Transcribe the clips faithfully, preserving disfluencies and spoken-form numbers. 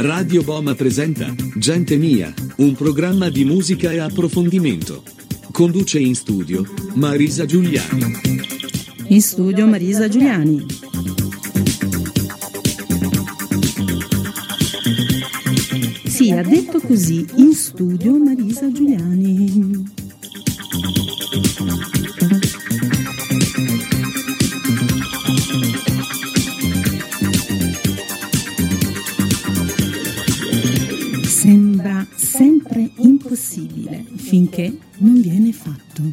Radio Boma presenta Gente Mia, un programma di musica e approfondimento. Conduce in studio Marisa Giuliani. In studio Marisa Giuliani. Sì, ha detto così, in studio Marisa Giuliani. Sembra sempre impossibile finché non viene fatto.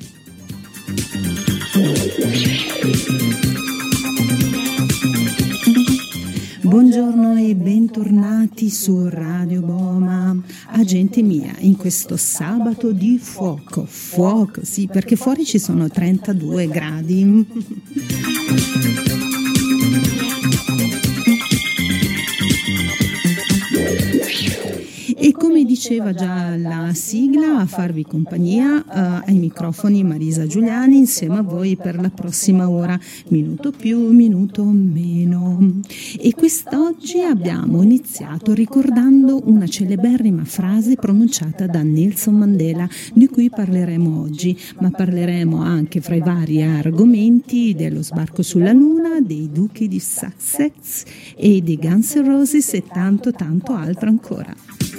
Buongiorno e bentornati su Radio Boma, a Gente Mia, in questo sabato di fuoco, fuoco, sì, perché fuori ci sono trentadue gradi. E come diceva già la sigla, a farvi compagnia uh, ai microfoni Marisa Giuliani insieme a voi per la prossima ora, minuto più, minuto meno. E quest'oggi abbiamo iniziato ricordando una celeberrima frase pronunciata da Nelson Mandela, di cui parleremo oggi, ma parleremo anche fra i vari argomenti dello sbarco sulla Luna, dei Duchi di Sussex e dei Guns N' Roses e tanto tanto altro ancora.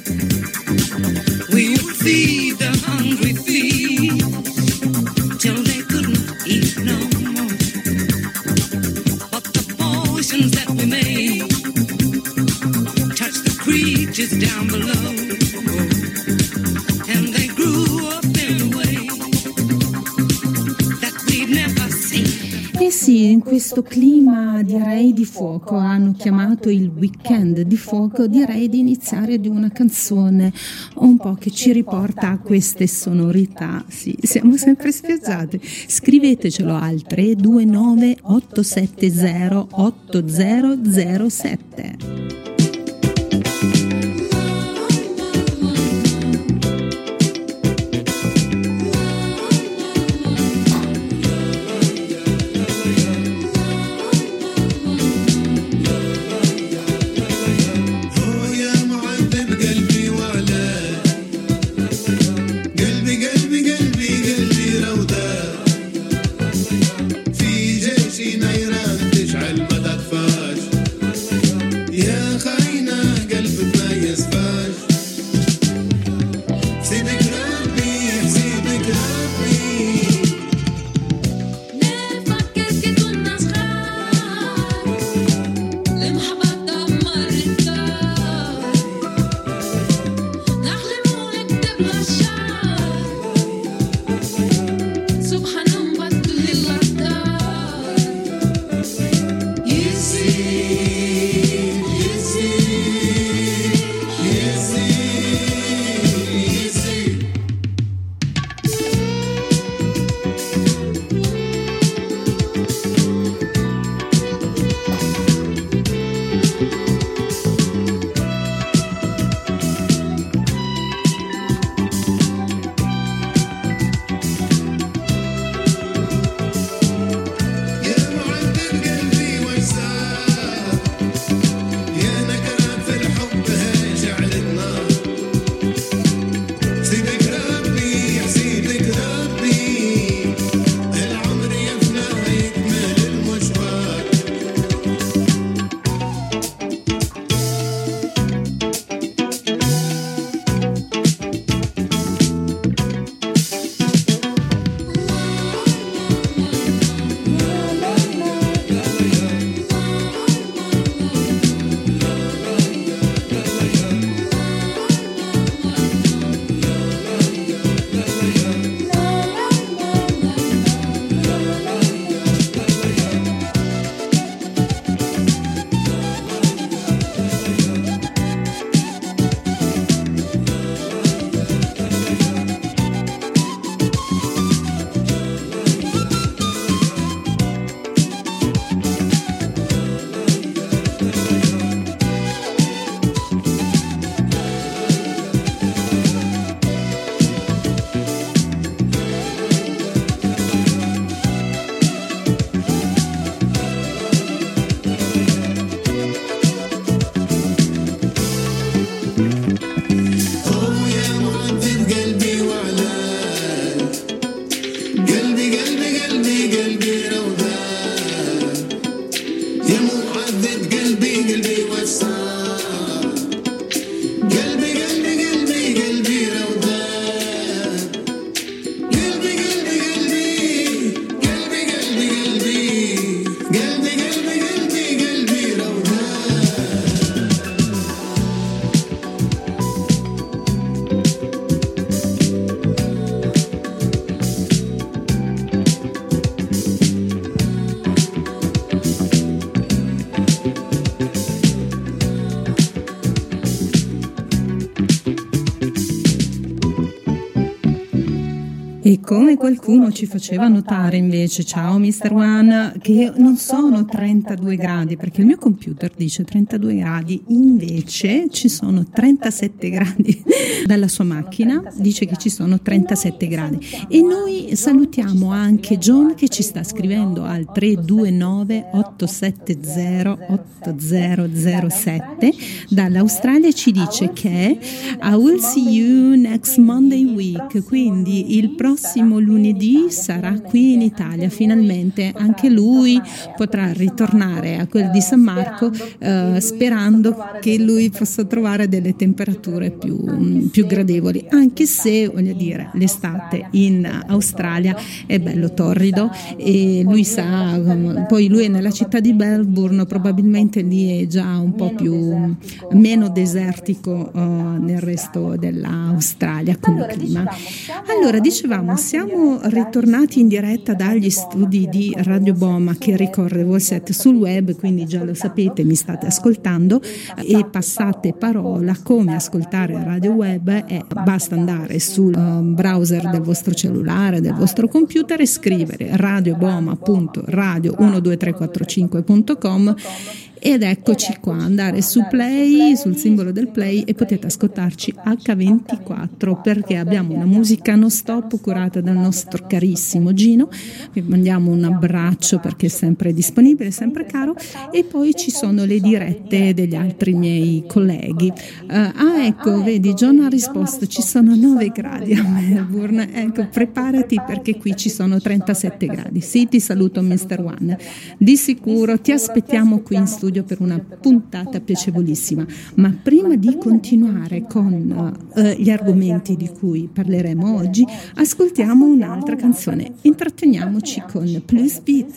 We would feed the hungry feet till they couldn't eat no more. But the potions that we made touched the creatures down below, and they grew up in a way that we've never seen. Eh sì, in questo clima direi di fuoco, hanno chiamato il weekend di fuoco, direi di iniziare di una canzone un po' che ci riporta a queste sonorità. Sì, siamo sempre spiazzati. Scrivetecelo al tre due nove otto sette zero otto zero zero sette. Yeah. E come qualcuno ci faceva notare invece, ciao mister One, che non sono trentadue gradi, perché il mio computer dice trentadue gradi, invece ci sono trentasette gradi. Dalla sua macchina dice che ci sono trentasette gradi. E noi salutiamo anche John che ci sta scrivendo al tre due nove otto sette zero otto zero zero sette dall'Australia e ci dice che I will see you next Monday week, quindi il prossimo lunedì sarà qui in Italia, finalmente anche lui potrà ritornare a quel di San Marco, eh, sperando che lui possa trovare delle temperature più, più gradevoli, anche se voglio dire l'estate in Australia è bello torrido e lui sa, poi lui è nella città di Melbourne, probabilmente lì è già un po' più meno desertico uh, nel resto dell'Australia come clima. Allora dicevamo, siamo ritornati in diretta dagli studi di Radio Boma, che ricorre voi siete sul web, quindi già lo sapete, mi state ascoltando e passate parola come ascoltare Radio Web. E basta andare sul uh, browser del vostro cellulare, del vostro computer e scrivere radioboma punto radio uno due tre quattro cinque punto com ed eccoci qua, andare su play, sul simbolo del play, e potete ascoltarci acca ventiquattro, perché abbiamo una musica non stop curata dal nostro carissimo Gino, vi mandiamo un abbraccio perché è sempre disponibile, sempre caro, e poi ci sono le dirette degli altri miei colleghi. Uh, ah ecco, vedi, John ha risposto, ci sono nove gradi a Melbourne, ecco, preparati perché qui ci sono trentasette gradi. Sì, ti saluto mister One, di sicuro ti aspettiamo qui in studio per una puntata piacevolissima, ma prima di continuare con uh, gli argomenti di cui parleremo oggi, ascoltiamo un'altra canzone, intratteniamoci con Plus Beat.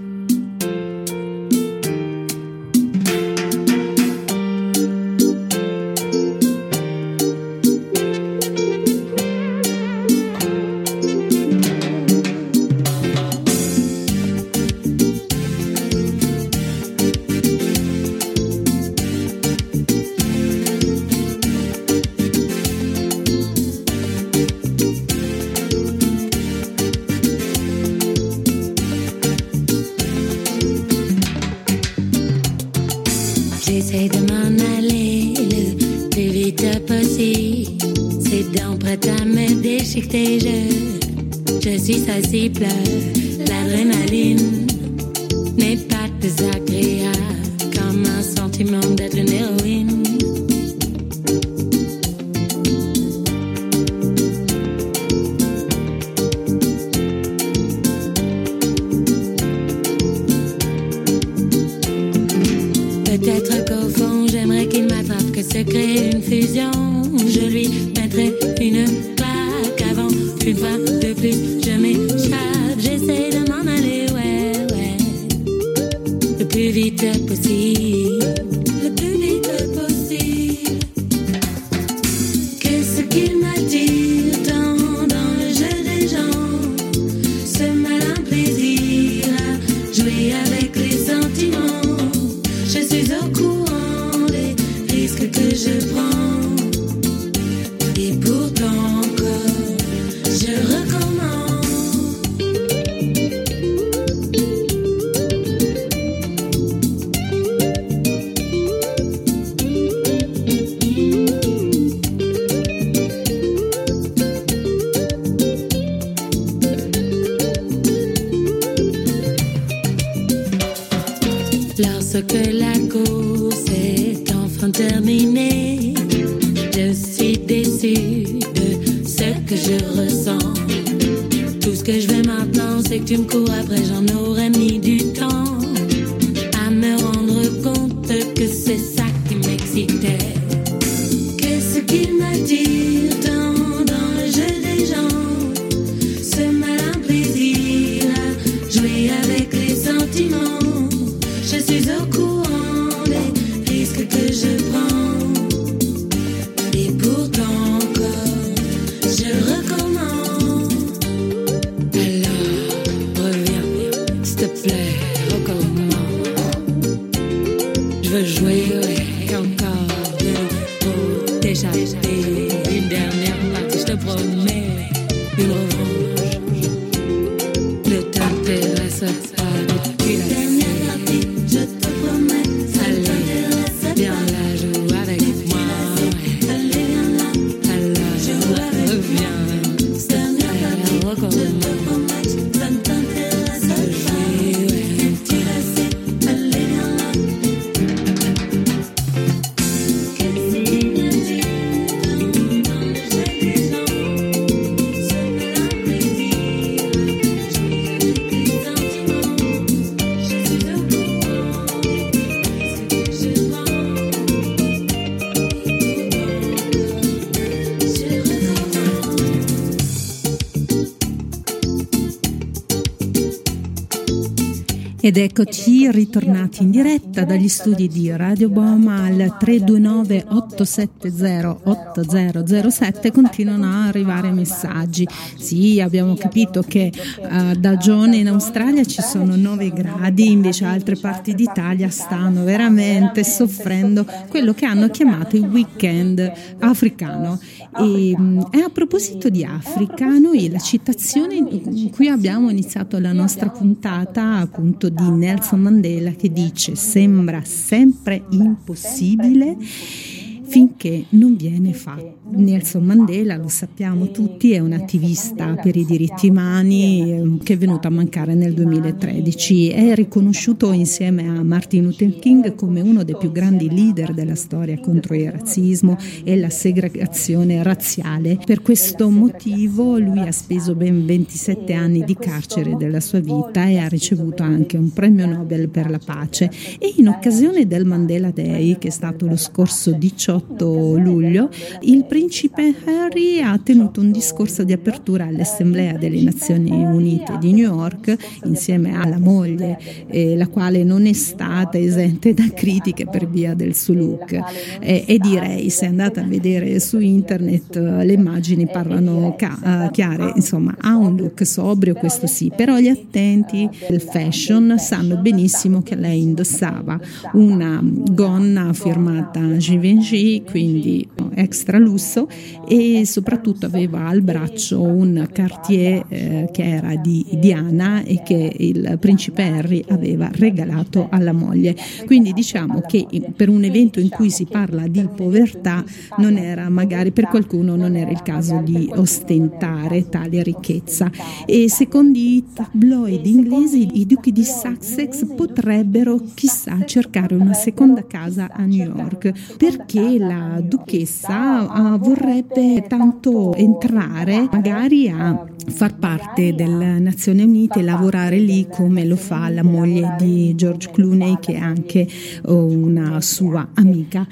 J'essaie de m'en aller le plus vite possible. C'est donc prêt à me déchiqueter. Je, je suis sensible. L'adrénaline n'est pas désagréable comme un sentiment d'être une héroïne. Peut-être qu'au fond j'aimerais qu'il m'attrape, que se crée une fusion. Je lui mettrai une claque avant qu'une fois de plus je m'échappe. J'essaie de m'en aller, ouais, ouais, le plus vite possible, le plus vite possible. Que ce qu'il m'attire tant dans le jeu des gens, ce malin plaisir à jouer avec les sentiments. Je suis au courant des risques que je prends, et pourtant encore je recommence. Lorsque la course est enfin terminée, je suis déçue de ce que je ressens. Tout ce que je veux maintenant, c'est que tu me cours après. J'en aurais mis du temps à me rendre compte que c'est ça qui m'excitait. Que ce qui m'attire tant dans le jeu des gens, ce malin plaisir à jouer avec les sentiments. Je suis au courant des risques que je prends, et pourtant encore je recommence. Alors reviens, s'il te plaît, recommence. Je veux jouer, ouais, encore de nouveau, t'échapper. Une dernière partie, je te promets, une revanche. Ed eccoci ritornati in diretta dagli studi di Radio Boom al tre due nove otto sette zero otto zero zero sette. Continuano a arrivare messaggi. Sì, abbiamo capito che uh, da Gione in Australia ci sono nove gradi, invece altre parti d'Italia stanno veramente soffrendo quello che hanno chiamato il weekend africano. E, e a proposito di Africa, noi la citazione in cui abbiamo iniziato la nostra puntata appunto di Nelson Mandela, che dice: sembra sempre impossibile finché non viene fatto. Nelson Mandela, lo sappiamo tutti, è un attivista per i diritti umani che è venuto a mancare nel duemilatredici. È riconosciuto insieme a Martin Luther King come uno dei più grandi leader della storia contro il razzismo e la segregazione razziale. Per questo motivo lui ha speso ben ventisette anni di carcere della sua vita e ha ricevuto anche un premio Nobel per la pace. E in occasione del Mandela Day, che è stato lo scorso diciotto luglio, il principe Harry ha tenuto un discorso di apertura all'Assemblea delle Nazioni Unite di New York insieme alla moglie, eh, la quale non è stata esente da critiche per via del suo look. Eh, e direi, se andate a vedere su internet, uh, le immagini parlano ca- uh, chiare. Insomma, ha un look sobrio, questo sì, però gli attenti del fashion sanno benissimo che lei indossava una gonna firmata Givenchy, quindi extra lusso, e soprattutto aveva al braccio un Cartier eh, che era di Diana e che il principe Harry aveva regalato alla moglie. Quindi diciamo che per un evento in cui si parla di povertà, non era, magari per qualcuno non era il caso di ostentare tale ricchezza. E secondo i tabloid inglesi, i duchi di Sussex potrebbero chissà cercare una seconda casa a New York, perché la duchessa uh, vorrebbe tanto entrare magari a far parte delle Nazioni Unite e lavorare lì come lo fa la moglie di George Clooney, che è anche uh, una sua amica.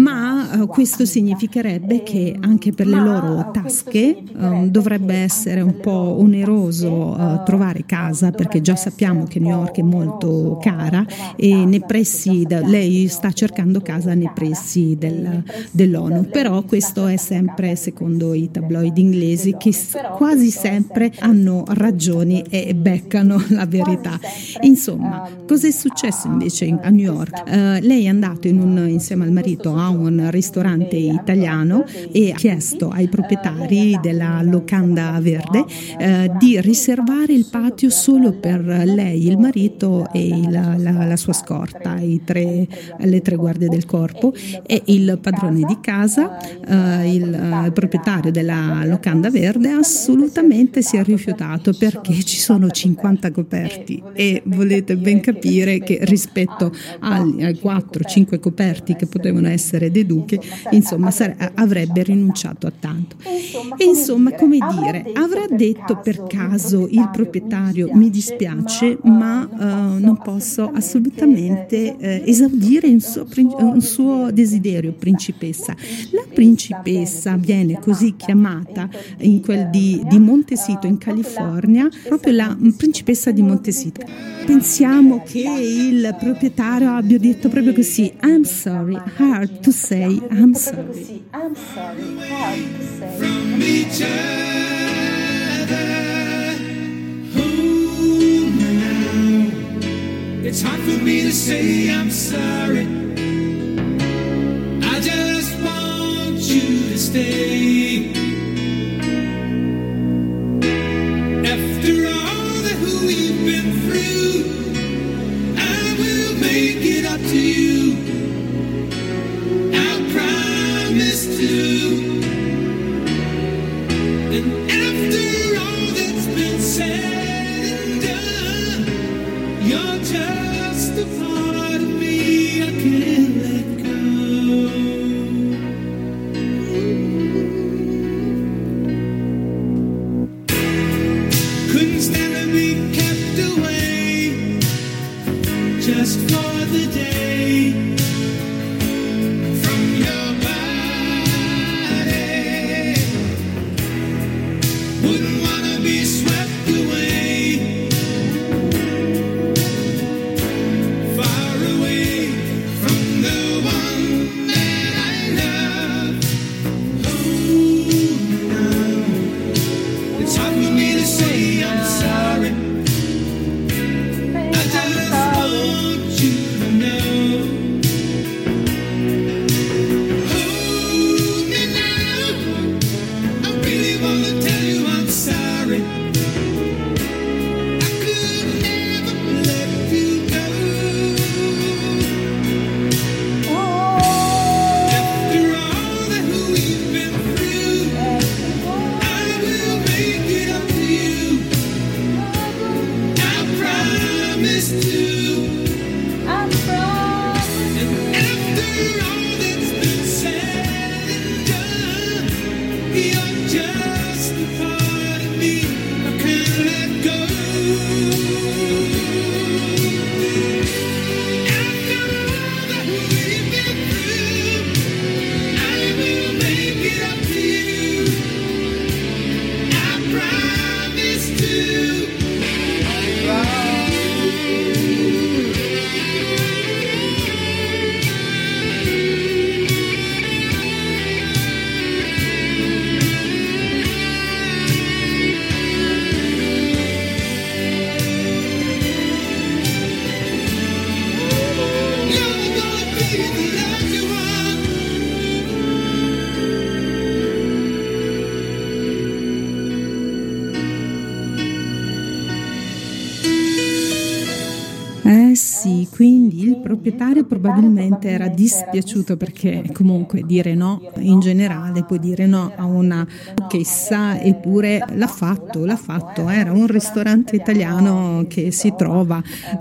Ma uh, questo significherebbe che anche per le loro tasche uh, dovrebbe essere un po' oneroso uh, trovare casa, perché già sappiamo che New York è molto cara e nei pressi da, lei sta cercando casa nei pressi del, dell'ONU. Però questo è sempre secondo i tabloid inglesi, che quasi sempre hanno ragioni e beccano la verità. Insomma, cosa è successo invece a New York? Uh, lei è andata in un, insieme al marito a un ristorante italiano e ha chiesto ai proprietari della locanda verde uh, di riservare il patio solo per lei, il marito e la, la, la sua scorta, i tre, le tre guardie del corpo, e il padrone di casa, uh, il uh, proprietario della locanda verde, assolutamente si è rifiutato, perché ci sono cinquanta coperti e volete ben capire che rispetto ai, ai quattro cinque coperti che potevano essere dei duchi, insomma sare- avrebbe rinunciato a tanto. E insomma, come dire, avrà detto per caso il proprietario: mi dispiace, ma uh, non posso assolutamente uh, esaudire un suo, un suo desiderio, principessa. La principessa viene così chiamata in quel di, di Montecito in California, proprio la principessa di Montecito. Pensiamo che il proprietario abbia detto proprio così: I'm sorry, hard to say, I'm sorry. I'm sorry, hard to say. From each other, oh, now it's hard for me to say I'm sorry. I just want you to stay. After all that we've been through, I will make it up to you. I promise to. And after all that's been said and done, you're just a part of me I can't let go. e quindi il proprietario probabilmente era dispiaciuto, perché comunque dire no in generale, puoi dire no a una che sa, eppure l'ha fatto, l'ha fatto, era un ristorante italiano che si trova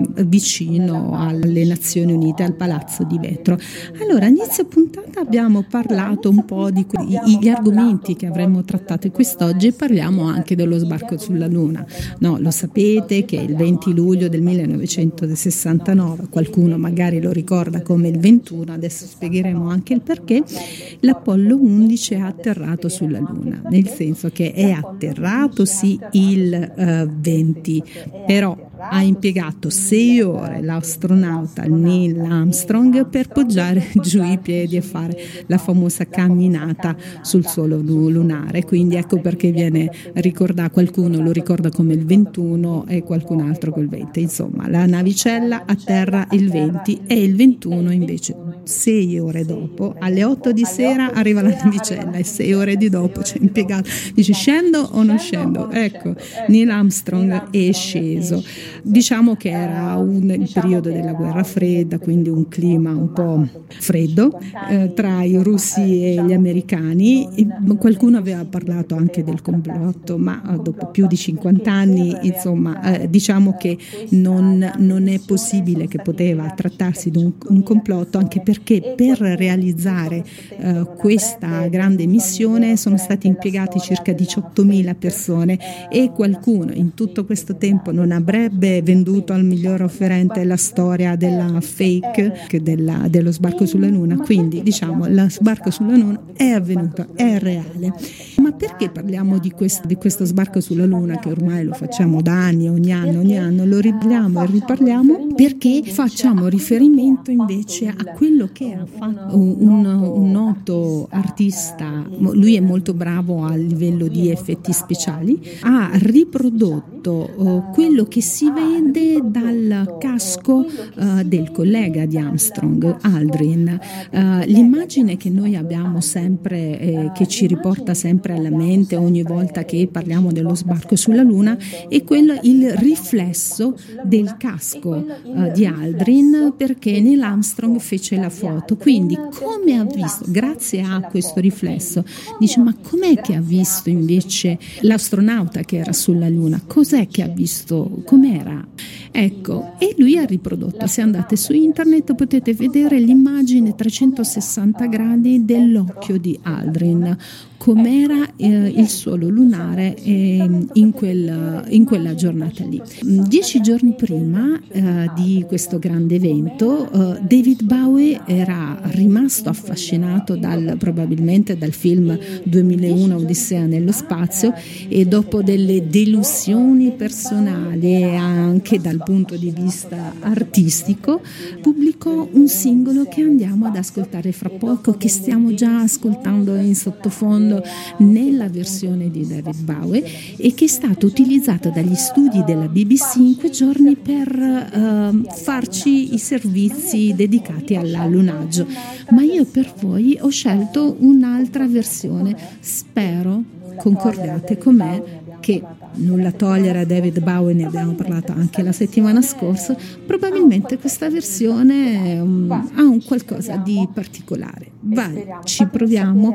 vicino alle Nazioni Unite, al Palazzo di Vetro. Allora, a inizio puntata abbiamo parlato un po' di gli argomenti che avremmo trattato quest'oggi, e parliamo anche dello sbarco sulla Luna. No, lo sapete che il venti luglio del millenovecentosessantanove, qualcuno magari lo ricorda come il ventuno, adesso spiegheremo anche il perché, l'Apollo undici è atterrato sulla Luna, nel senso che è atterrato sì il uh, venti, però ha impiegato sei ore l'astronauta Neil Armstrong per poggiare giù i piedi e fare la famosa camminata sul suolo lunare, quindi ecco perché viene ricordato, qualcuno lo ricorda come il ventuno e qualcun altro col venti, insomma la navicella atterra il venti e il ventuno invece sei ore dopo, alle otto di sera arriva la navicella e sei ore di dopo c'è impiegato, dice scendo o non scendo, ecco Neil Armstrong è sceso. Diciamo che era un, il periodo della guerra fredda, quindi un clima un po' freddo eh, tra i russi e gli americani. E qualcuno aveva parlato anche del complotto, ma dopo più di cinquanta anni insomma eh, diciamo che non, non è possibile che poteva trattarsi di un, un complotto, anche perché per realizzare eh, questa grande missione sono stati impiegati circa diciottomila persone, e qualcuno in tutto questo tempo non avrebbe venduto al miglior offerente la storia della fake della, dello sbarco sulla Luna. Quindi diciamo lo sbarco sulla Luna è avvenuto, è reale. Ma perché parliamo di questo, di questo sbarco sulla Luna, che ormai lo facciamo da anni, ogni anno, ogni anno lo riparliamo e riparliamo? Perché facciamo riferimento invece a quello che ha fatto un, un noto artista, lui è molto bravo a livello di effetti speciali, ha riprodotto uh, quello che si vede dal casco uh, del collega di Armstrong, Aldrin. Uh, l'immagine che noi abbiamo sempre, eh, che ci riporta sempre alla mente ogni volta che parliamo dello sbarco sulla Luna, è quello, il riflesso del casco uh, di Aldrin, perché Neil Armstrong fece la foto. Quindi come ha visto, grazie a questo riflesso, dice ma com'è che ha visto invece l'astronauta che era sulla Luna, cos'è che ha visto, com'era? Ecco, e lui ha riprodotto, se andate su internet potete vedere l'immagine trecentosessanta gradi dell'occhio di Aldrin, com'era eh, il suolo lunare eh, in, quel, in quella giornata lì. Dieci giorni prima eh, di questo grande evento, eh, David Bowie era rimasto affascinato dal, probabilmente dal film duemilauno Odissea nello spazio, e dopo delle delusioni personali e anche dal punto di vista artistico pubblicò un singolo che andiamo ad ascoltare fra poco, che stiamo già ascoltando in sottofondo nella versione di David Bowie, e che è stato utilizzato dagli studi della B B C in quei giorni per uh, farci i servizi dedicati all'allunaggio. Ma io per voi ho scelto un'altra versione, spero concordate con me, che nulla togliere a David Bowie, ne abbiamo parlato anche la settimana scorsa, probabilmente questa versione um, ha un qualcosa di particolare. Vai, ci proviamo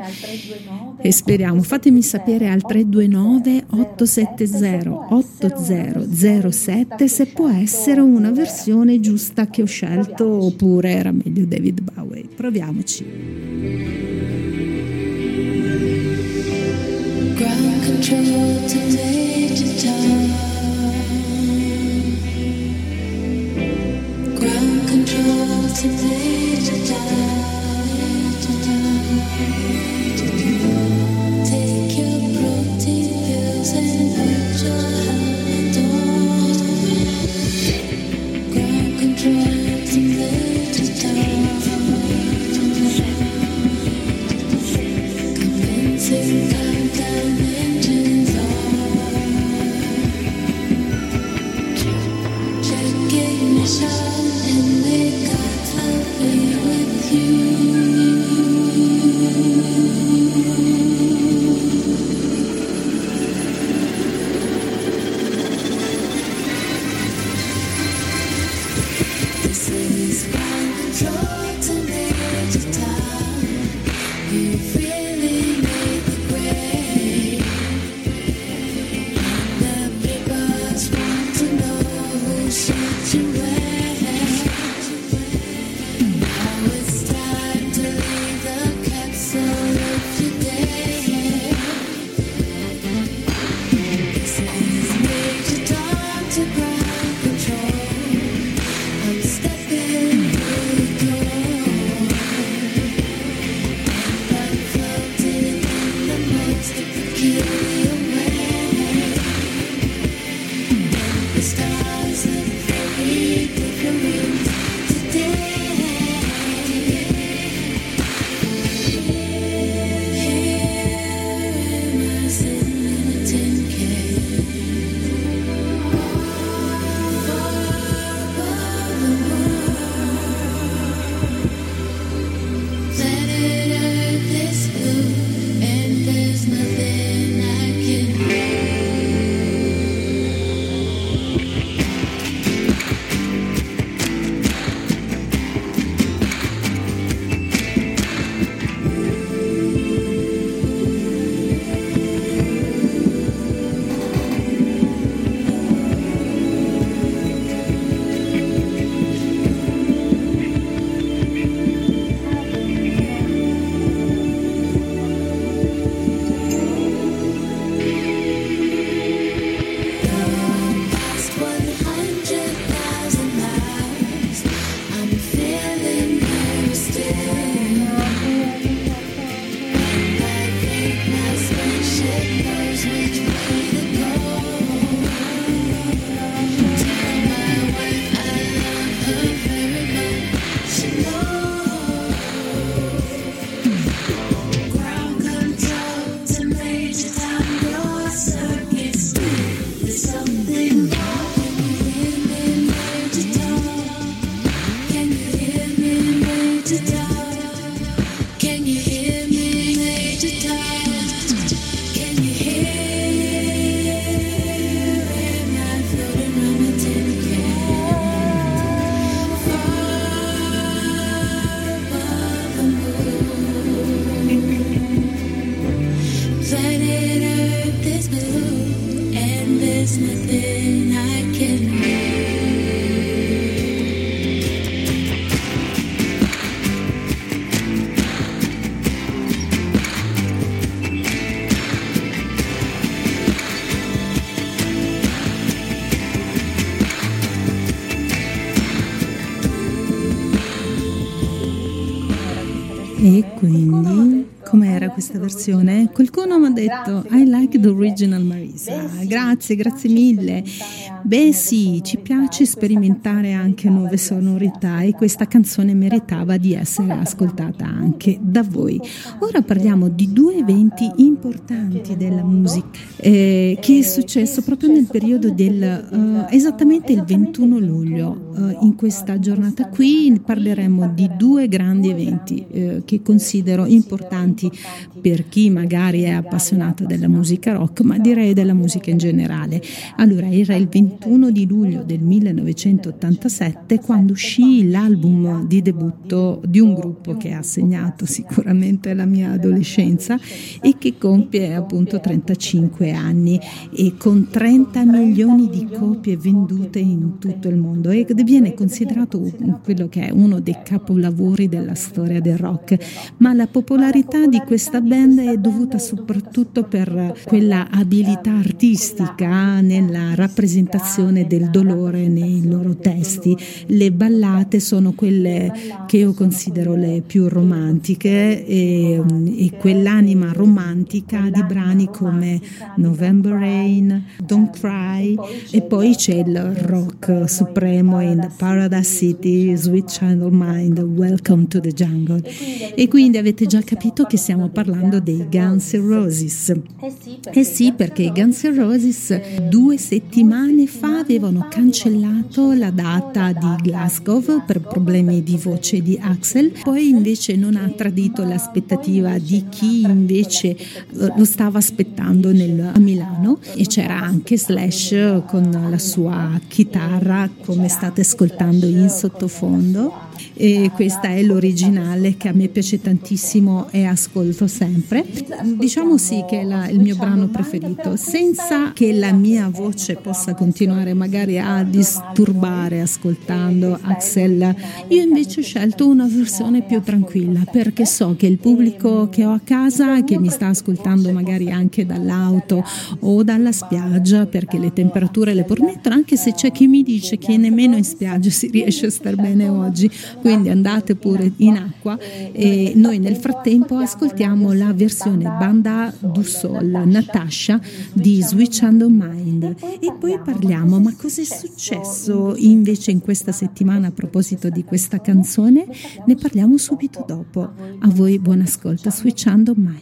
e speriamo. Fatemi sapere al tre due nove otto sette zero otto zero zero sette se può essere una versione giusta che ho scelto, oppure era meglio David Bowie. Proviamoci. Ground control to Major Tom. Ground control to Major Tom. Take your protein pills and put your helmet on. Ground control to Major Tom. E quindi, com'era questa versione? Qualcuno mi ha detto I like the original Marisa. Grazie, grazie mille. Beh sì, ci piace sperimentare anche nuove sonorità e questa canzone meritava di essere ascoltata anche da voi. Ora parliamo di due eventi importanti della musica eh, che è successo proprio nel periodo del uh, esattamente il ventuno luglio. Uh, in questa giornata qui parleremo di due grandi eventi eh, che considero importanti per chi magari è appassionato della musica rock, ma direi della musica in generale. Allora, era il ventuno di luglio del millenovecentottantasette quando uscì l'album di debutto di un gruppo che ha segnato sicuramente la mia adolescenza e che compie appunto trentacinque anni e con trenta milioni di copie vendute in tutto il mondo e viene considerato quello che è uno dei capolavori della storia del rock, ma la popolarità di questa band è dovuta soprattutto per quella abilità artistica nella rappresentazione del dolore nei loro testi. Le ballate sono quelle che io considero le più romantiche e, e quell'anima romantica di brani come November Rain, Don't Cry e poi c'è il rock supremo in Paradise City, Sweet Child of Mine, Welcome to the Jungle. E quindi avete già capito che stiamo parlando dei Guns N' Roses. Eh sì, perché i Guns N' Roses due settimane fa avevano cancellato la data di Glasgow per problemi di voce di Axl, poi invece non ha tradito l'aspettativa di chi invece lo stava aspettando nel, a Milano, e c'era anche Slash con la sua chitarra, come state ascoltando in sottofondo, e questa è l'originale che a me piace tantissimo e ascolto sempre. Diciamo sì che è la, il mio brano preferito, senza che la mia voce possa continuare magari a disturbare ascoltando Axl. Io invece ho scelto una versione più tranquilla perché so che il pubblico che ho a casa, che mi sta ascoltando magari anche dall'auto o dalla spiaggia, perché le temperature le permettono, anche se c'è chi mi dice che nemmeno in spiaggia si riesce a star bene oggi, quindi andate pure in acqua e noi nel frattempo ascoltiamo la versione Banda du Sol, Natasha di Switchando Mind, e poi parliamo ma cosa è successo invece in questa settimana a proposito di questa canzone, ne parliamo subito dopo. A voi buon ascolto, Switchando Mind.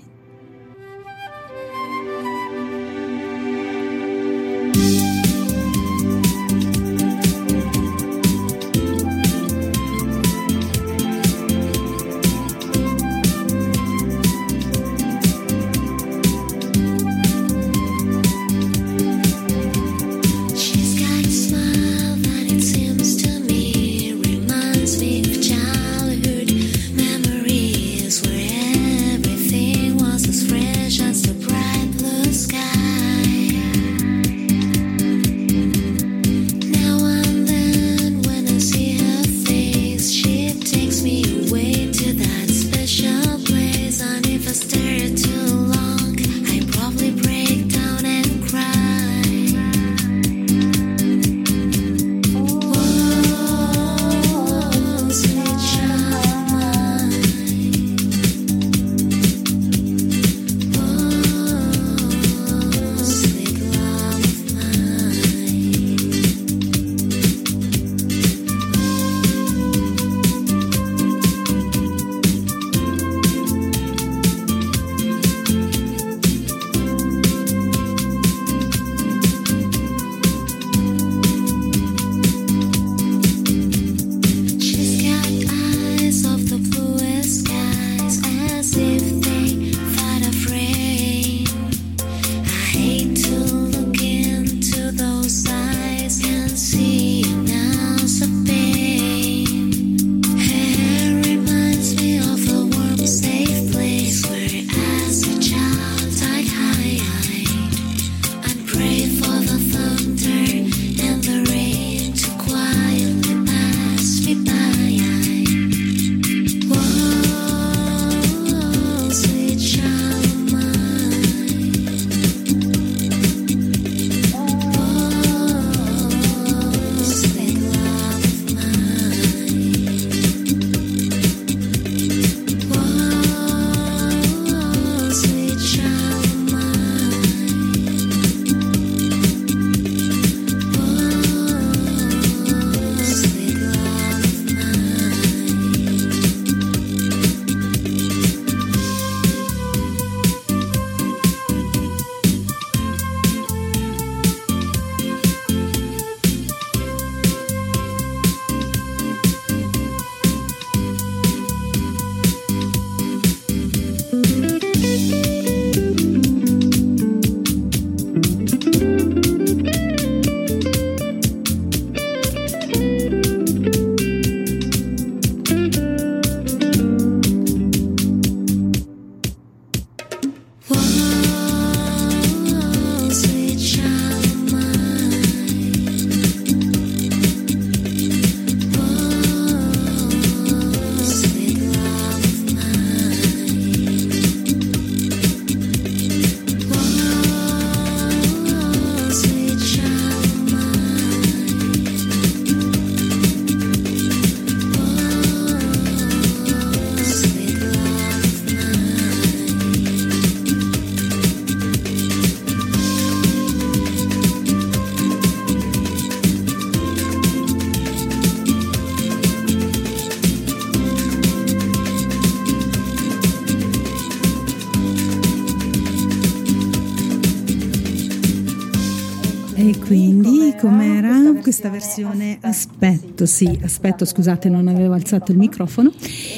E quindi com'era questa versione? Aspetto, sì, aspetto, scusate, non avevo alzato il microfono.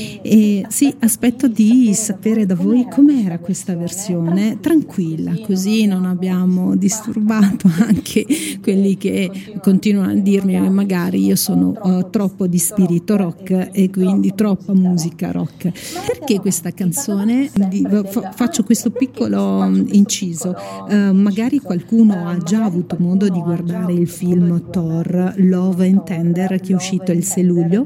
E sì, aspetto di sapere da voi com'era questa versione, tranquilla, così non abbiamo disturbato anche quelli che continuano a dirmi che magari io sono uh, troppo di spirito rock e quindi troppa musica rock. Perché questa canzone? Di, fa, faccio questo piccolo inciso, uh, magari qualcuno ha già avuto modo di guardare il film Thor Love and Thunder, che è uscito il sei luglio,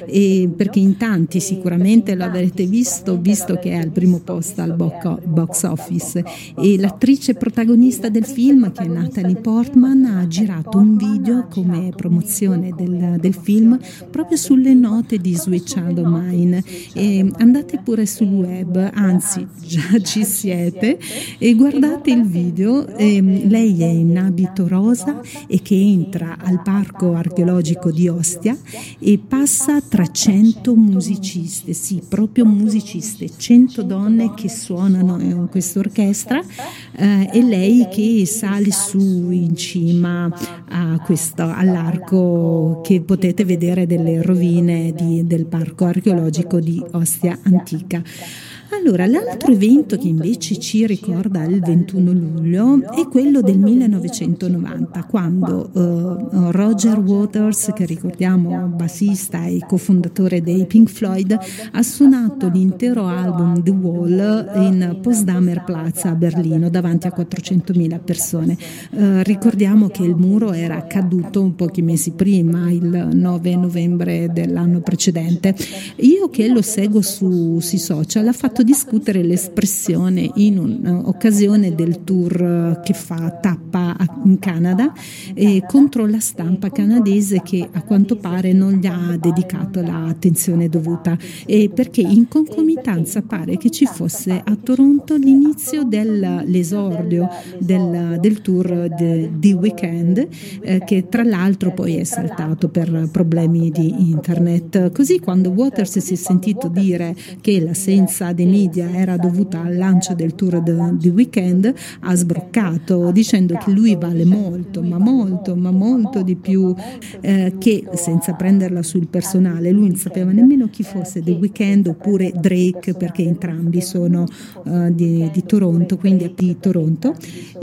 e perché in tanti sicuramente lo avrete visto, visto che è al primo posto al box office, e l'attrice protagonista del film, che è Natalie Portman, ha girato un video come promozione del, del film proprio sulle note di Sweet Child O' Mine, e andate pure sul web, anzi già ci siete, e guardate il video. E lei è in abito rosa e che entra al parco archeologico di Ostia e passa tra cento musiciste, sì, proprio musiciste, cento donne che suonano in questa orchestra, eh, e lei che sale su in cima a questo, all'arco che potete vedere delle rovine di, del parco archeologico di Ostia Antica. Allora, l'altro evento che invece ci ricorda il ventuno luglio è quello del millenovecentonovanta, quando uh, Roger Waters, che ricordiamo bassista e cofondatore dei Pink Floyd, ha suonato l'intero album The Wall in Potsdamer Platz a Berlino davanti a quattrocentomila persone. Uh, ricordiamo che il muro era caduto pochi mesi prima, il nove novembre dell'anno precedente. Io che lo seguo su, sui social, ha fatto discutere l'espressione in un'occasione del tour che fa tappa in Canada, e contro la stampa canadese, che a quanto pare non gli ha dedicato l'attenzione dovuta, e perché in concomitanza pare che ci fosse a Toronto l'inizio dell'esordio del, del tour de, di Weekend, eh, che tra l'altro poi è saltato per problemi di internet. Così, quando Waters si è sentito dire che l'assenza dei media era dovuta al lancio del tour di Weekend, ha sbroccato dicendo che lui vale molto, ma molto, ma molto di più, eh, che, senza prenderla sul personale, lui non sapeva nemmeno chi fosse The Weeknd oppure Drake, perché entrambi sono uh, di, di Toronto, quindi di Toronto,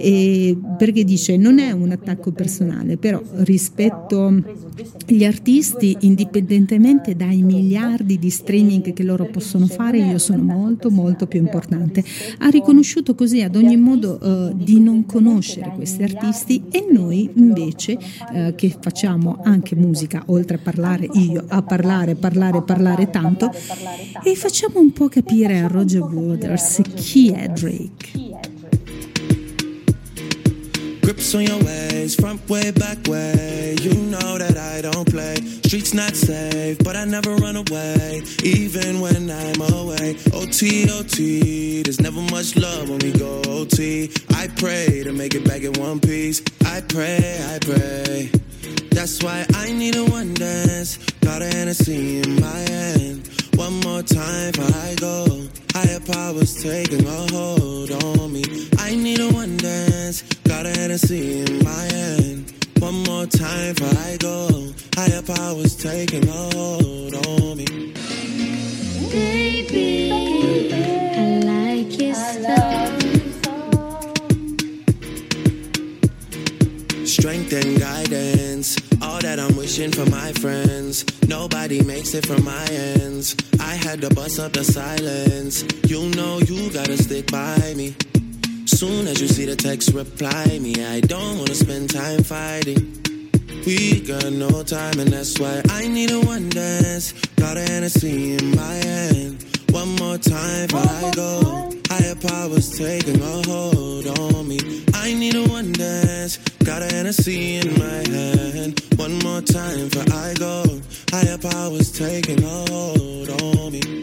e perché dice non è un attacco personale, però rispetto agli artisti, indipendentemente dai miliardi di streaming che loro possono fare, io sono molto molto più importante. Ha riconosciuto così ad ogni modo uh, di non conoscere questi artisti, e noi invece uh, che facciamo anche musica, oltre a parlare io, a parlare, parlare, parlare tanto, e facciamo un po' capire a Roger Waters chi è Drake. Grips on your ways, front way, back way. You know that I don't play. Streets not safe, but I never run away, even when I'm away. O T, O T, there's never much love when we go O T. I pray to make it back in one piece. I pray, I pray. That's why I need a one dance. Got a Hennessy in my hand. One more time before I go. Higher powers taking a hold on me. I need a one dance. Got a Hennessy in my hand. One more time before I go. Higher powers taking a hold on me. Baby, I like your style. Strength and guidance, all that I'm wishing for my friends. Nobody makes it from my ends. I had to bust up the silence. You know you gotta stick by me. Soon as you see the text, reply me. I don't wanna spend time fighting. We got no time, and that's why I need a one dance. Got a Hennessy in my hand. One more time before I go. Higher powers taking a hold on me. I need a one dance. Got a Hennessy in my hand. One more time before I go. Higher powers taking a hold on me.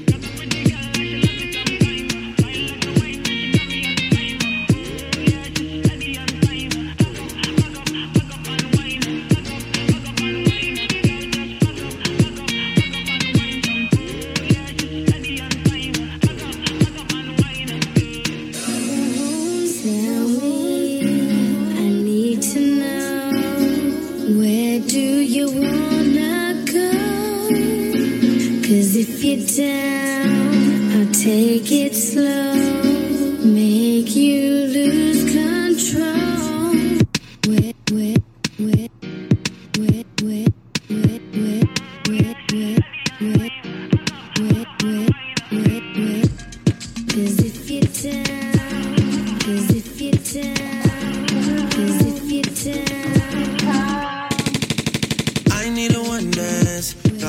If you're down, I'll take it slow, make you lose control. Wet, wet, wet, wet, wet, wet, wet, wet, wet, wet, wet, wet, wet, wet. 'Cause if you're down, 'cause if you're down, 'cause if you're down.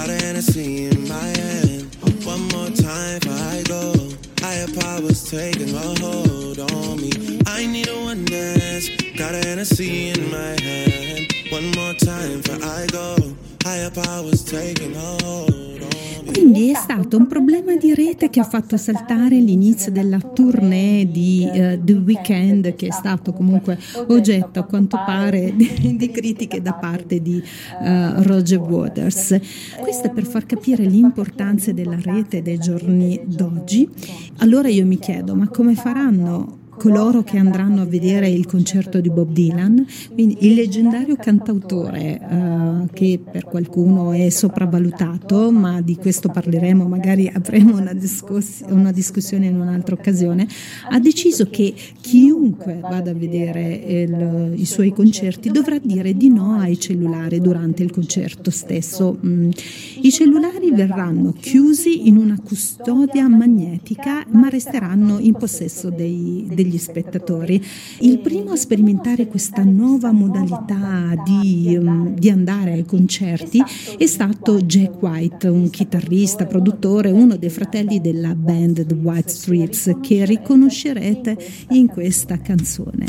got a Hennessy in my hand. One more time before I go. Higher powers taking a hold on me. I need a one dance. Got a Hennessy in my hand. One more time before I go. Higher powers taking a hold on me. Quindi è stato un problema di rete che ha fatto saltare l'inizio della tournée di uh, The Weeknd, che è stato comunque oggetto a quanto pare di, di critiche da parte di uh, Roger Waters. Questo è per far capire l'importanza della rete dei giorni d'oggi. Allora io mi chiedo, ma come faranno coloro che andranno a vedere il concerto di Bob Dylan, quindi il leggendario cantautore uh, che per qualcuno è sopravvalutato, ma di questo parleremo, magari avremo una, discuss- una discussione in un'altra occasione, ha deciso che chiunque vada a vedere il, i suoi concerti dovrà dire di no ai cellulari durante il concerto stesso. Mm. I cellulari verranno chiusi in una custodia magnetica, ma resteranno in possesso dei, degli gli spettatori. Il primo a sperimentare questa nuova modalità di, um, di andare ai concerti è stato Jack White, un chitarrista, produttore, uno dei fratelli della band The White Stripes, che riconoscerete in questa canzone.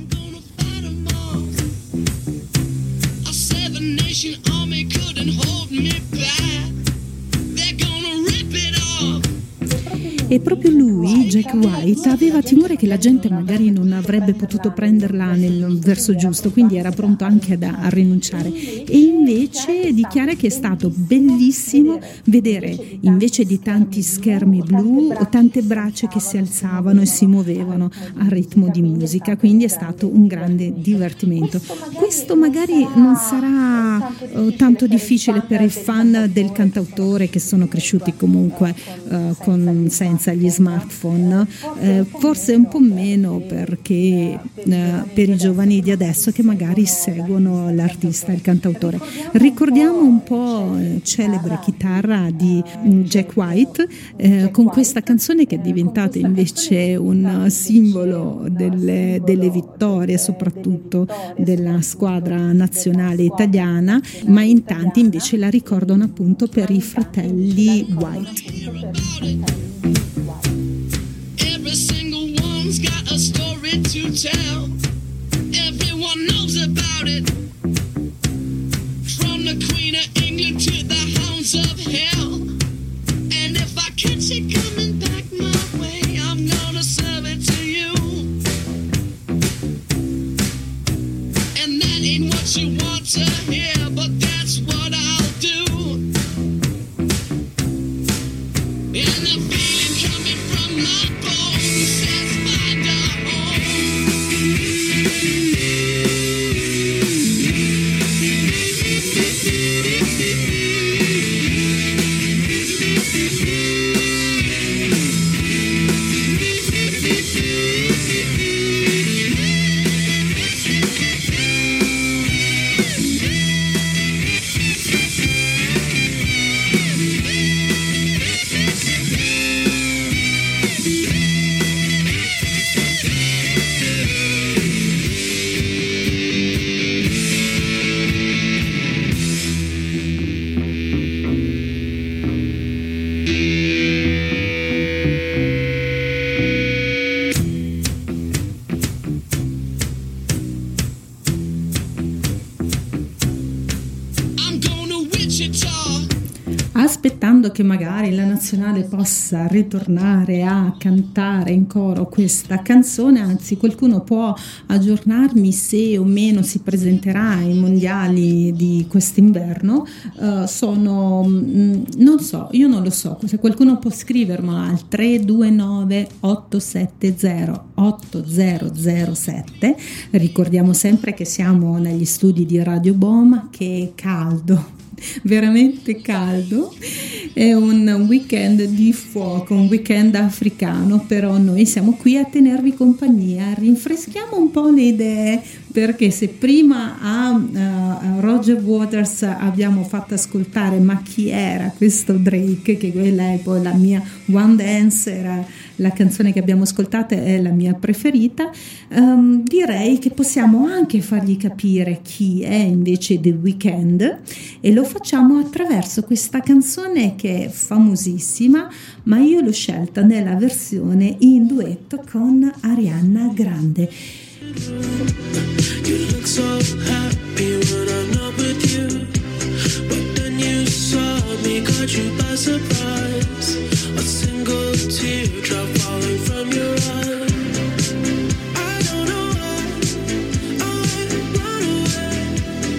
E proprio lui, Jack White, aveva timore che la gente magari non avrebbe potuto prenderla nel verso giusto, quindi era pronto anche a, a rinunciare. E invece dichiara che è stato bellissimo vedere, invece di tanti schermi blu, tante braccia che si alzavano e si muovevano al ritmo di musica, quindi è stato un grande divertimento. Questo magari non sarà uh, tanto difficile per i fan del cantautore che sono cresciuti comunque uh, con senza gli smartphone, eh, forse un po' meno perché eh, per i giovani di adesso che magari seguono l'artista, il cantautore. Ricordiamo un po' eh, celebre chitarra di Jack White eh, con questa canzone che è diventata invece un simbolo delle, delle vittorie, soprattutto della squadra nazionale italiana, ma in tanti invece la ricordano appunto per i fratelli White. Every single one's got a story to tell. Everyone knows about it. From the Queen of England to the hounds of hell. And if I catch it coming back my way, I'm gonna serve it to you. And that ain't what you want to hear, but that's what I'll do. And the feeling coming from my bones says find a home. Aspettando che magari la nazionale possa ritornare a cantare in coro questa canzone, anzi qualcuno può aggiornarmi se o meno si presenterà ai mondiali di quest'inverno. Uh, sono, mh, non so, io non lo so, se qualcuno può scrivermelo al tre due nove otto sette zero otto zero zero sette. Ricordiamo sempre che siamo negli studi di Radio Boom, che è caldo, veramente caldo, è un weekend di fuoco, un weekend africano, però noi siamo qui a tenervi compagnia, rinfreschiamo un po' le idee, perché se prima a, a Roger Waters abbiamo fatto ascoltare ma chi era questo Drake, che quella è poi la mia One Dance, era la canzone che abbiamo ascoltato è la mia preferita, um, direi che possiamo anche fargli capire chi è invece The Weeknd, e lo facciamo attraverso questa canzone che è famosissima, ma io l'ho scelta nella versione in duetto con Ariana Grande. You look so happy when I'm not with you, but then you saw me, caught you by surprise. A single teardrop falling from your eye. I don't know why I run away.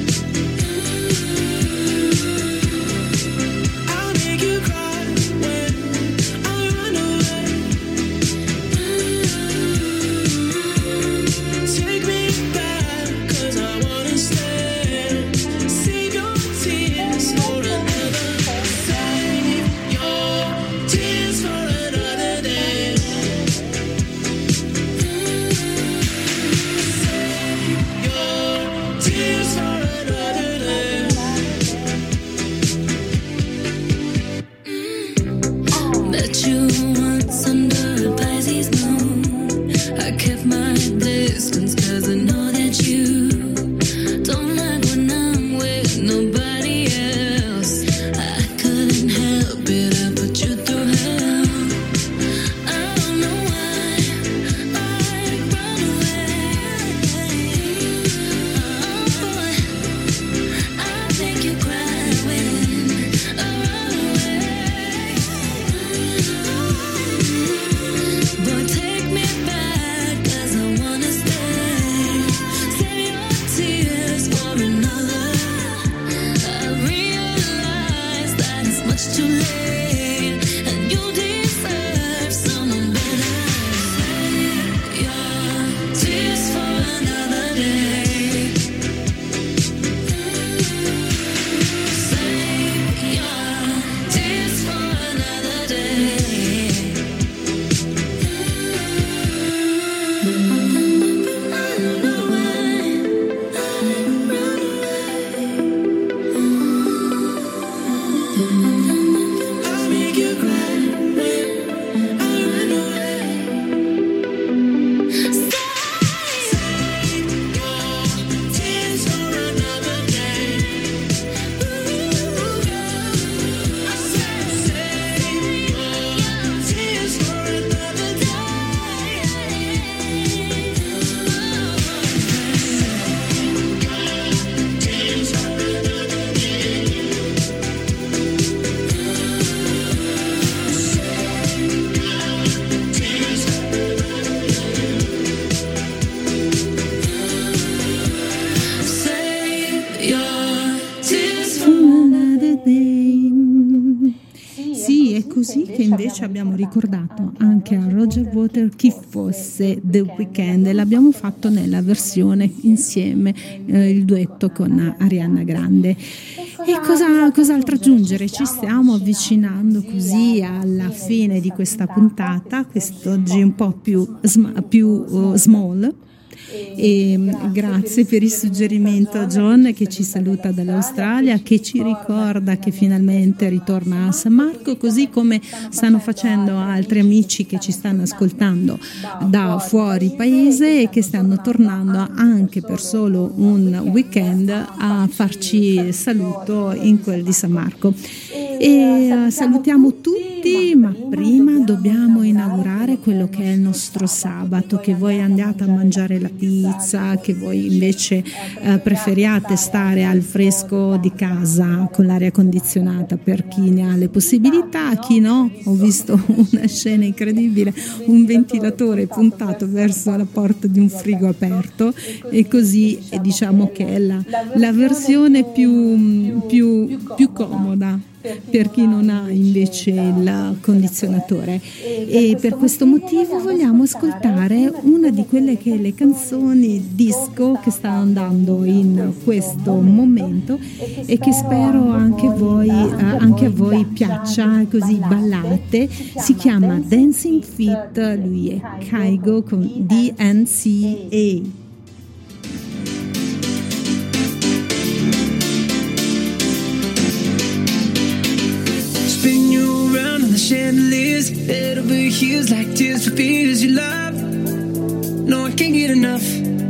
I'll make you cry when I run away. Take me back, 'cause I wanna stay. Save your tears for another. Save your tears for another day. Save your tears for another day. Met you once under a Pisces moon. I kept my distance 'cause I know that you don't like when I'm with nobody else. I couldn't help it, I put you through hell. I don't know why I run away. Oh boy, I make you cry when I run away. But take me back, 'cause I wanna stay. Save your tears for another. I realize that it's much too late, and you deserve someone better. Save your tears for another day. Save your tears for another day. I don't know why I run away. I'll make you cry when I run away. Save your tears for another day. I said save your tears for another day. Tears for another Save your tears for Another day. Sì, è così che invece abbiamo ricordato anche a Roger Waters chi fosse The Weeknd, e l'abbiamo fatto nella versione insieme, eh, il duetto con Ariana Grande. E cosa, cos'altro aggiungere? Ci stiamo avvicinando così alla fine di questa puntata, quest'oggi un po' più, sma- più uh, small. E grazie per il suggerimento a John, che ci saluta dall'Australia, che ci ricorda che finalmente ritorna a San Marco, così come stanno facendo altri amici che ci stanno ascoltando da fuori paese e che stanno tornando anche per solo un weekend a farci saluto in quel di San Marco. E uh, salutiamo tutti, ma prima dobbiamo inaugurare quello che è il nostro sabato, che voi andiate a mangiare la pizza, che voi invece uh, preferiate stare al fresco di casa con l'aria condizionata per chi ne ha le possibilità, chi no. Ho visto una scena incredibile, un ventilatore puntato verso la porta di un frigo aperto, e così eh, diciamo che è la, la versione più, più, più comoda per chi non ha invece il condizionatore. E per questo motivo vogliamo ascoltare una di quelle che è le canzoni disco che stanno andando in questo momento e che spero anche voi, eh, anche a voi piaccia, così ballate. Si chiama Dancing Feet, lui è Kygo con D N C A. Spin you around on the chandeliers, head over heels like tears for fears you love. No, I can't get enough.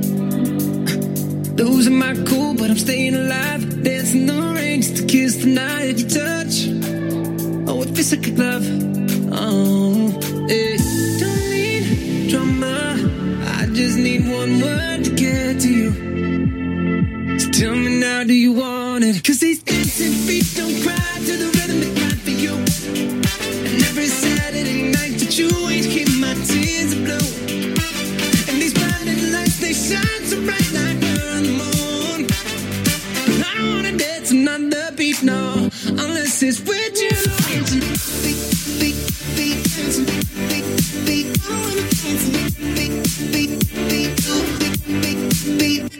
Losing my cool, but I'm staying alive. Dancing in the rain just to kiss the night of your touch. Oh, it feels like a glove. Oh, hey. Don't need drama, I just need one word to get to you. So tell me now, do you want it? Cause these dancing feet don't cry to the rhythm they cry for you. And every Saturday night that you ain't keep my tears are blue. And these blinding lights, they shine so bright like we're on the moon. And I don't wanna dance another beat, no, unless it's with you. Beat, beat, beat, dancing, beat, beat, I wanna dance, beat, beat, beat, beat, beat, beat, beat.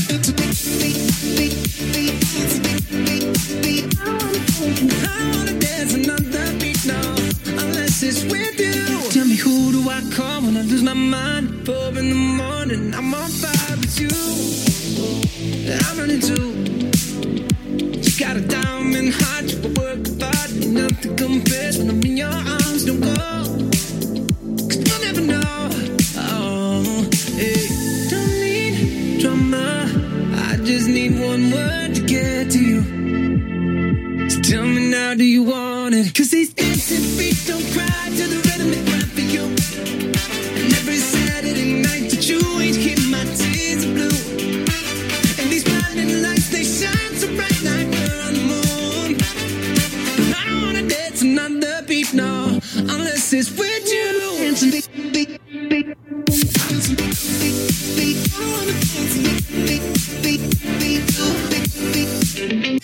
I wanna dance another beat now, unless it's with you. Tell me, who do I call when I lose my mind? Four in the morning, I'm on fire with you. I'm running too. You got a diamond heart, you work hard, enough to compares when I'm in your arms. Don't go, cause you'll never know. Oh, hey. Don't need drama, I just need one word to get to you. So tell me now, do you want it? Cause these dancing feet don't cry to the rhythm they cry for you. And every Saturday night that you ain't keep my tears are blue. And these blinding lights, they shine so bright like we're on the moon. And I don't wanna dance another beat, no, unless it's with you. Dancing beat, beat, beat, dancing beat, beat, beat. I wanna dance beat, beat, beat, beat, beat, beat.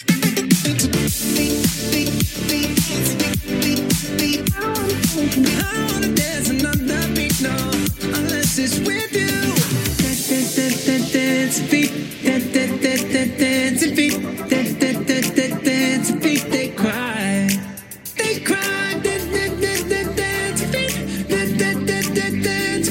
I wanna dance another beat, no, unless it's with you. Dance beat, dance beat, dance beat. They cry, they cry. Dance beat, dance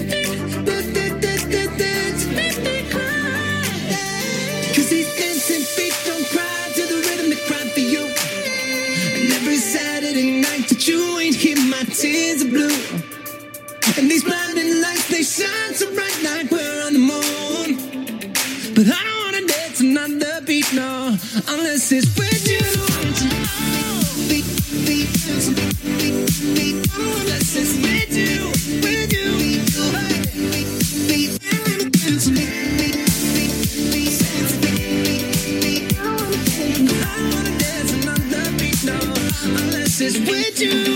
beat, they cry. 'Cause these dancing feet don't cry to the rhythm they cry for you. And every Saturday night that you ain't here, my tears are blue. And these blinding lights, they shine so bright like we're on the moon. But I don't wanna dance another beat, no, unless it's with you. Beat, beat, beat, beat, unless it's with you, with you. Beat, beat, beat, beat, beat. I don't wanna dance another beat, no, unless it's with you.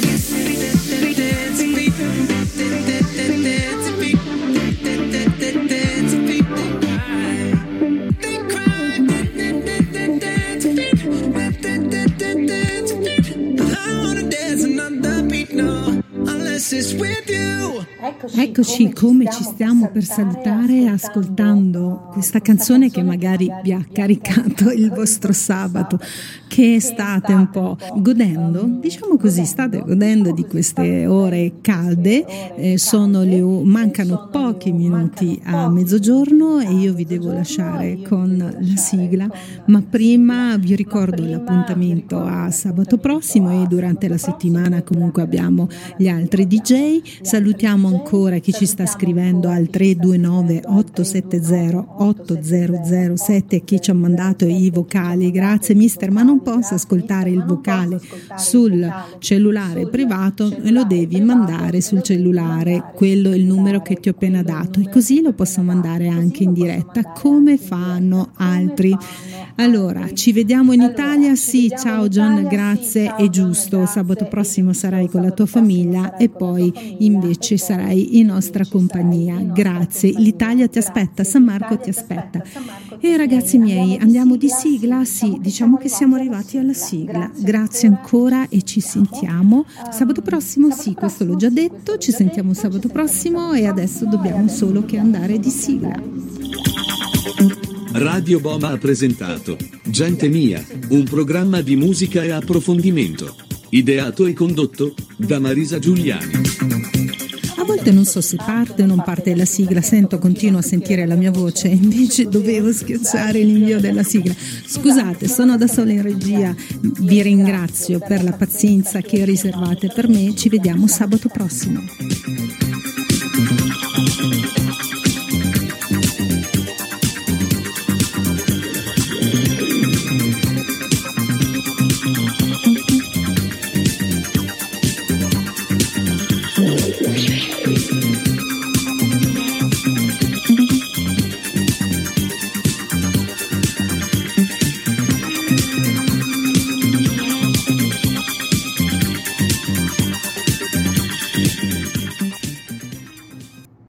Eccoci, come ci stiamo per salutare ascoltando questa canzone che magari vi ha caricato il vostro sabato, che state un po' godendo, diciamo così, state godendo di queste ore calde. Eh, sono le, mancano pochi minuti a mezzogiorno e io vi devo lasciare con la sigla, ma prima vi ricordo l'appuntamento a sabato prossimo e durante la settimana comunque abbiamo gli altri D J. Salutiamo ancora chi ci sta scrivendo al tre due nove otto sette zero otto zero zero sette e chi ci ha mandato i vocali. Grazie mister, ma non posso ascoltare il vocale sul cellulare privato, me lo devi mandare sul cellulare, quello è il numero che ti ho appena dato, e così lo posso mandare anche in diretta come fanno altri. Allora, ci vediamo in Italia? Sì, ciao John, grazie, è giusto, sabato prossimo sarai con la tua famiglia e poi invece sarai in nostra compagnia. Grazie, l'Italia ti aspetta, San Marco ti aspetta. E ragazzi miei, andiamo di sigla? Sì, diciamo che siamo arrivati alla sigla. Grazie ancora e ci sentiamo sabato prossimo. Sì, questo l'ho già detto, ci sentiamo sabato prossimo e adesso dobbiamo solo che andare di sigla. Radio Bomba ha presentato Gente Mia, un programma di musica e approfondimento, ideato e condotto da Marisa Giuliani. A volte volte non so se parte o non parte la sigla, sento, continuo a sentire la mia voce, invece dovevo schiacciare l'invio della sigla. Scusate, sono da sola in regia, vi ringrazio per la pazienza che riservate per me, ci vediamo sabato prossimo.